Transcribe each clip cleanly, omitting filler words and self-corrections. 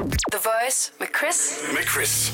The Voice med Chris. Med Chris.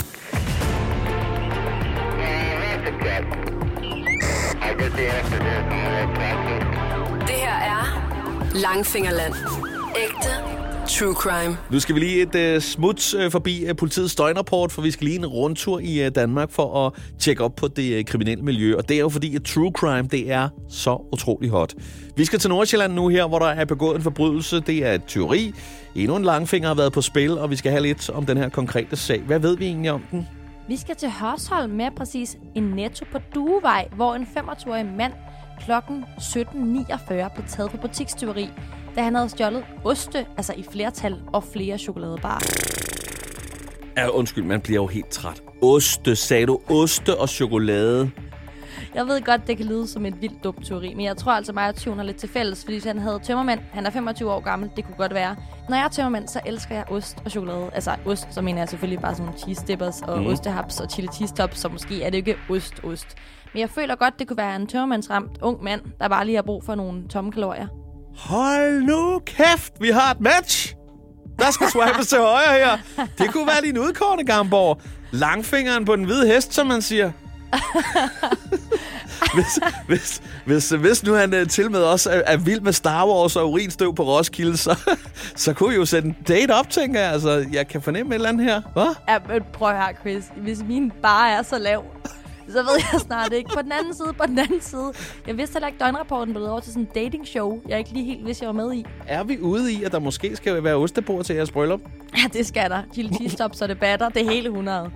Det her er Langfingerland. Ægte true crime. Nu skal vi lige et smut forbi politiets døgnrapport, for vi skal lige en rundtur i Danmark for at tjekke op på det kriminelle miljø. Og det er jo fordi, at true crime, det er så utrolig hot. Vi skal til Nordsjælland nu her, hvor der er begået en forbrydelse. Det er et tyveri. Endnu en langfinger har været på spil, og vi skal have lidt om den her konkrete sag. Hvad ved vi egentlig om den? Vi skal til Hørsholm med præcis en Netto på Duevej, hvor en 25-årig mand klokken 17.49 blev taget for butikstyveri, da han havde stjålet oste, altså i flertal, og flere chokoladebarer. Ja, undskyld, man bliver jo helt træt. Oste, sagde du? Oste og chokolade. Jeg ved godt, det kan lyde som et vildt dumt tyveri, men jeg tror altså mig og tyven har lidt til fælles, fordi han havde tømmermænd. Han er 25 år gammel, det kunne godt være. Når jeg er tømmermænd, så elsker jeg ost og chokolade. Altså ost, så mener jeg selvfølgelig bare sådan nogle cheese dippers og ostehaps og chili cheese tops, så måske er det ikke ost. Men jeg føler godt, det kunne være en tømmermandsramt ung mand, der bare lige har brug for nogle tomme kalorier. Hold nu kæft, vi har et match! Der skal swipes til højre her. Det kunne være din udkårne, Gamborg. Langfingeren på den hvide hest, som man siger. Hvis nu han til med også er vild med Star Wars og urinstøv på Roskilde, så kunne I jo sætte en date op, tænker jeg. Altså, jeg kan fornemme et eller andet her. Hvad? Ja, men prøv her, Chris. Hvis min bar er så lav, så ved jeg snart ikke. På den anden side. Jeg vidste heller ikke, døgnrapporten blev over til sådan en dating show. Jeg er ikke lige helt, hvis jeg var med i. Er vi ude i, at der måske skal være ostebord til jeres bryllup? Ja, det skal der. Chili cheese tops og debatter. Det er hele 100.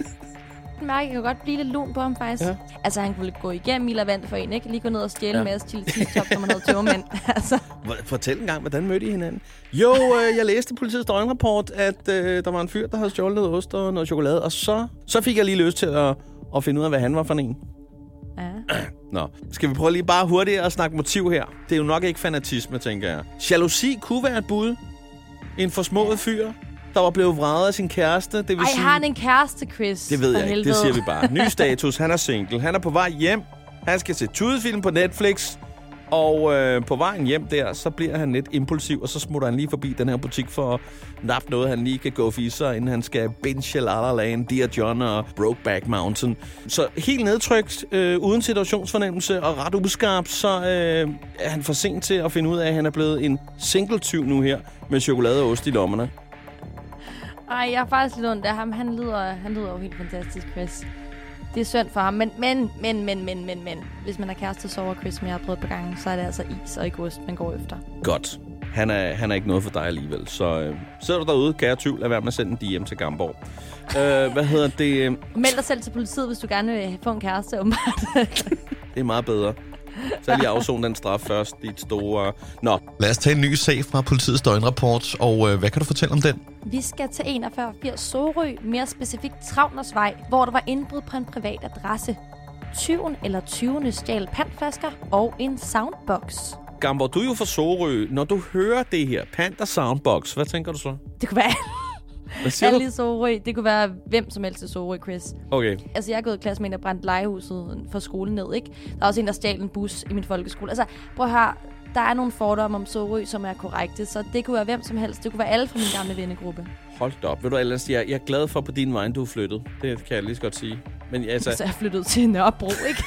Jeg kan godt blive lidt lun på ham, faktisk. Ja. Altså, han kunne gå igennem i lavand for en, ikke? Lige gå ned og stjæle en masse chili cheese tops, som man havde tømmermænd. Altså. Fortæl en gang, hvordan mødte I hinanden? Jo, jeg læste politiets døgnrapport, at der var en fyr, der havde stjålet noget ost og noget chokolade, og så fik jeg lige lyst til at finde ud af, hvad han var for en. Ja. Nå, skal vi prøve lige bare hurtigt at snakke motiv her? Det er jo nok ikke fanatisme, tænker jeg. Jalousi kunne være et bud. En forsmået fyr, der var blevet vraget af sin kæreste. Det vil sige... har han en kæreste, Chris? Det ved jeg ikke, det siger vi bare. Ny status, han er single. Han er på vej hjem. Han skal se tudefilm på Netflix. Og på vejen hjem der, så bliver han lidt impulsiv, og så smutter han lige forbi den her butik for at nappe noget, han lige kan gå for i sig, inden han skal binge La La Land, Dear John og Brokeback Mountain. Så helt nedtrykt, uden situationsfornemmelse og ret uskarp, så er han for sent til at finde ud af, at han er blevet en single-tyv nu her, med chokolade og ost i lommerne. Ej, jeg er faktisk lidt ondt af ham. Han lyder jo helt fantastisk, Chris. Det er synd for ham, men. Hvis man er kæreste, sover Chris, som jeg har prøvet et par gange, så er det altså is og ikke ost, man går efter. Godt. Han er ikke noget for dig alligevel. Så sidder du derude, kære tyv, lad være med at sende en DM til Gamborg. Hvad hedder det? Meld dig selv til politiet, hvis du gerne vil få en kæreste, åbenbart. Det er meget bedre. Så lige afzone den straf først, dit store... Nå, lad os tage en ny sag fra politiets døgnrapport, og hvad kan du fortælle om den? Vi skal til 4180 Sorø, mere specifikt Travnersvej, hvor der var indbrud på en privat adresse. Tyvene stjal pantflasker og en soundbox. Gamborg, du er jo fra Sorø. Når du hører det her, pant og soundbox, hvad tænker du så? Det kunne være... Hvad siger du? Sorø. Det kunne være hvem som helst i Sorø, Chris. Okay. Altså, jeg er gået i klasse med en, der brændte legehuset for skolen ned, ikke? Der er også en, der stjal en bus i min folkeskole. Altså, prøv at høre. Der er nogle fordomme om Sorø, som er korrekte, så det kunne være hvem som helst. Det kunne være alle fra min gamle vennegruppe. Hold da op. Ved du, ellers, jeg er glad for på din vej, du er flyttet. Det kan jeg lige så godt sige. Men altså... Så er jeg flyttet til Nørrebro, ikke?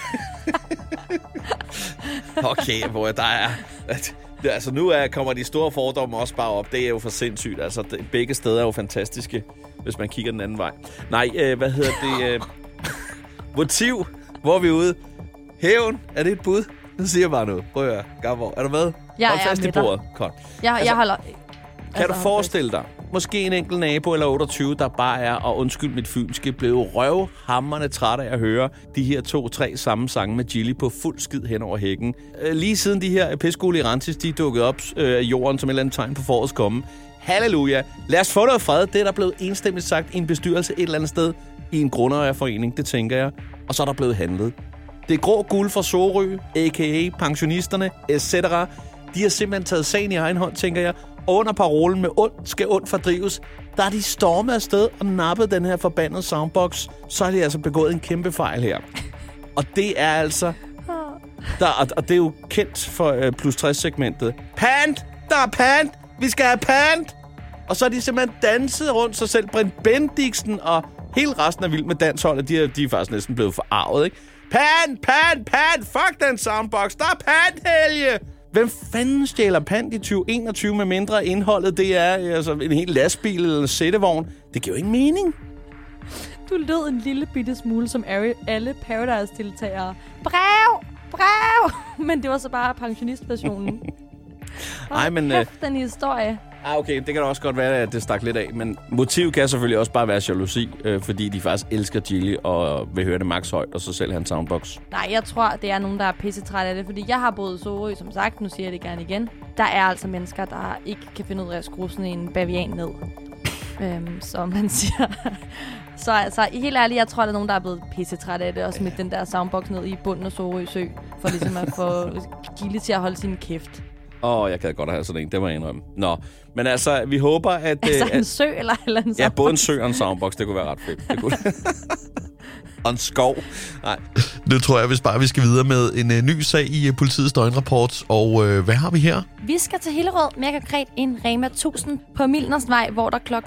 Okay, hvor der er... Altså nu kommer de store fordomme også bare op. Det er jo for sindssygt. Altså begge steder er jo fantastiske, hvis man kigger den anden vej. Nej, hvad hedder det? Motiv. Hvor er vi ude? Hævn. Er det et bud? Nu siger jeg bare noget. Prøv at høre. Gamborg, er du med? Hold fast i bordet. Godt. Jeg holder... Kan du forestille dig, måske en enkelt nabo eller 28, der bare er, og undskyld mit fynske, blev røvhamrende træt af at høre de her 2-3 samme sange med Gilly på fuld skid hen over hækken. Lige siden de her pæskole Rantis, de dukkede op af jorden som et eller andet tegn på forårets komme. Halleluja. Lad os få noget fred. Det er der blevet enstemmigt sagt i en bestyrelse et eller andet sted i en grundejerforening, det tænker jeg. Og så er der blevet handlet. Det grå guld fra Sorø, a.k.a. pensionisterne, etc. De har simpelthen taget sagen i egen hånd, tænker jeg. Og under parolen med ondt skal ondt fordrives, der er de stormet afsted og nappet den her forbandede soundbox. Så har de altså begået en kæmpe fejl her. Og det er altså... og det er jo kendt for plus 60-segmentet. Pant! Der er pant! Vi skal have pant! Og så har de simpelthen danset rundt sig selv. Brent Bendiksen og hele resten af Vild med Dansholdet, de er faktisk næsten blevet forarvet, ikke? Pan! Fuck den soundbox! Der er pan, Helge! Hvem fanden stjæler pant i 2021 med mindre indholdet? Det er altså en hel lastbil eller en sættevogn. Det giver jo ingen mening. Du lød en lille bitte smule som alle Paradise-deltagere. Brev! Men det var så bare pensionistversionen. Nej, men... Kæft, den historie. Okay, det kan da også godt være, at det stak lidt af. Men motivet kan selvfølgelig også bare være jalousi, fordi de faktisk elsker Gilly og vil høre det max højt, og så selv have en soundbox. Nej, jeg tror, det er nogen, der er pissetræt af det, fordi jeg har boet i Sorø, som sagt. Nu siger jeg det gerne igen. Der er altså mennesker, der ikke kan finde ud af at skrue sådan en bavian ned. Som man siger. Så altså, helt ærligt, jeg tror, der er nogen, der er blevet pissetræt af det, og smidt den der soundbox ned i bunden af Sorø Sø, for ligesom at få Gilly til at holde sin kæft. Jeg kan godt have sådan en. Det må jeg indrømme. Nå, men altså, vi håber, at... Altså en sø eller en soundbox? Ja, både en sø og en soundbox. Det kunne være ret fedt. Det kunne og en skov. Nej. Nu tror jeg, hvis bare vi skal videre med en ny sag i politiets døgnrapport. Og hvad har vi her? Vi skal til Hillerød, mere konkret en Rema 1000 på Milnersvej, hvor der kl.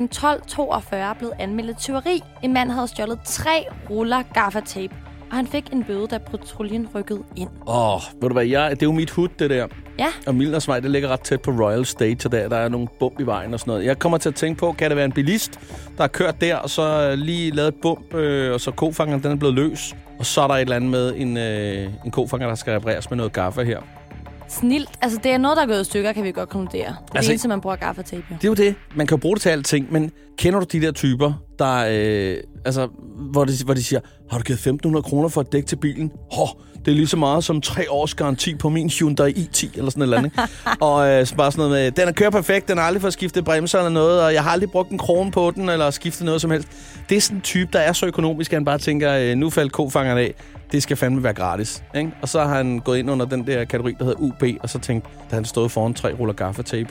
12.42 blev anmeldt tyveri. En mand havde stjålet 3 ruller gaffatape, og han fik en bøde, da patruljen rykkede ind. Ved du hvad, det er jo mit hud, det der. Ja. Og Milnersvej, det ligger ret tæt på Royal Stage, og der er nogle bump i vejen og sådan noget. Jeg kommer til at tænke på, kan det være en bilist, der har kørt der, og så lige lavet et bump, og så kofangeren, den er blevet løs. Og så er der et eller andet med en kofanger, der skal repareres med noget gaffa her. Snilt. Altså, det er noget, der er gået i stykker, kan vi godt konkludere. Det er det eneste, man bruger gaffatape. Det er jo det. Man kan jo bruge det til alting, men kender du de der typer, der, hvor de siger, har du givet 1.500 kroner for et dæk til bilen? Det er lige så meget som 3 års garanti på min Hyundai i10 eller sådan et eller andet. Og så bare sådan noget med, den er kørt perfekt, den har aldrig fået skiftet bremser eller noget, og jeg har aldrig brugt en krone på den, eller skiftet noget som helst. Det er sådan en type, der er så økonomisk, at han bare tænker, nu faldt kofangeren af, det skal fandme være gratis. Ikke? Og så har han gået ind under den der kategori, der hedder UB, og så tænkt, da han stod foran 3 ruller gaffatape.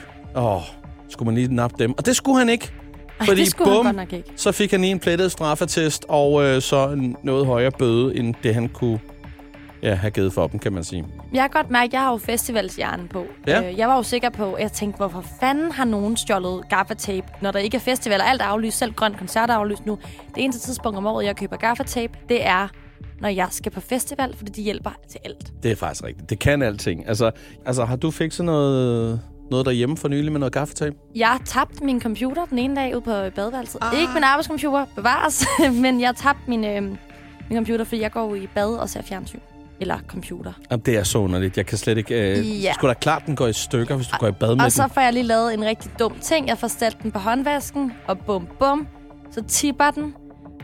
Skulle man lige nappe dem? Og det skulle han ikke. Fordi det skulle han godt nok ikke. Så fik han lige en plettet straffetest, og så en noget højere bøde, end det han kunne have givet for dem, kan man sige. Jeg kan godt mærke, at jeg har jo festivalshjernen på. Ja. Jeg var jo sikker på, jeg tænkte, hvorfor fanden har nogen stjålet gaffatape, når der ikke er festivaler? Alt er aflyst, selv grøn koncert er aflyst nu. Det eneste tidspunkt om året, jeg køber gaffatape, det er, når jeg skal på festival, fordi de hjælper til alt. Det er faktisk rigtigt. Det kan alting. Altså har du fikset noget derhjemme for nylig med noget gaffatape? Jeg tabte min computer den ene dag ude på badeværelset. Ikke min arbejdscomputer, bevares, men jeg tabte min computer, fordi jeg går i bad og ser fjernsyn. Eller computer. Jamen, det er så underligt. Jeg kan slet ikke... Skulle da klart, den går i stykker, hvis du går i bad med den. Og så får jeg lige lavet en rigtig dum ting. Jeg får stillet den på håndvasken, og bum, så tipper den.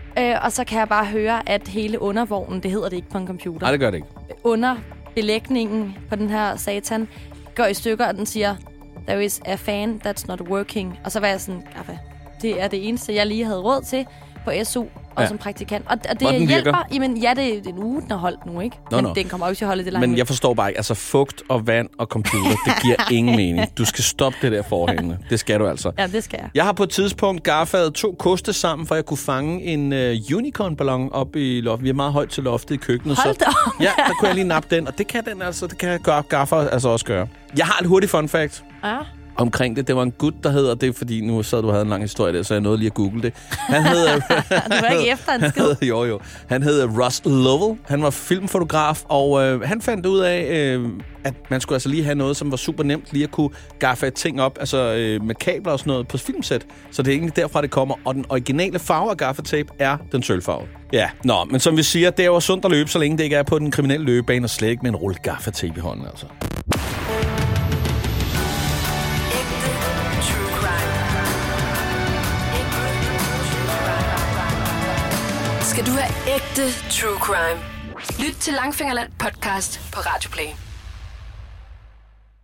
Og så kan jeg bare høre, at hele undervognen, det hedder det ikke på en computer. Nej, det gør det ikke. Under belægningen på den her satan går i stykker, og den siger, there is a fan that's not working. Og så var jeg sådan, det er det eneste, jeg lige havde råd til på SU og som praktikant. Og det hjælper. Jamen, det er en uge, den har holdt nu, ikke? Men den kommer også til at holde det langt. Men jeg forstår bare ikke. Altså, fugt og vand og computer, det giver ingen mening. Du skal stoppe det der forhængende. Det skal du altså. Ja, det skal jeg. Jeg har på et tidspunkt gaffaet 2 koste sammen, for jeg kunne fange en unicorn-ballon op i loftet. Vi er meget højt til loftet i køkkenet. Hold da op. Ja, der kunne jeg lige nappe den. Og det kan den altså. Det kan gaffer altså også gøre. Jeg har et hurtigt fun fact. Omkring det. Det var en gut, der hedder det, fordi nu sad du havde en lang historie der, så jeg nåede lige at google det. Han hedder... Du var ikke efter en skid. Jo. Han hedder Russ Lovell. Han var filmfotograf, og han fandt ud af, at man skulle altså lige have noget, som var super nemt, lige at kunne gaffe ting op, altså med kabler og sådan noget på filmsæt. Så det er egentlig derfra, det kommer. Og den originale farve af gaffatape er den sølvfarve. Ja, men som vi siger, det er jo sundt at løbe, så længe det ikke er på den kriminelle løbebane, og slet ikke med en rulle gaffatape i hånden, altså. Skal du have ægte true crime? Lyt til Langfingerland podcast på Radio Play.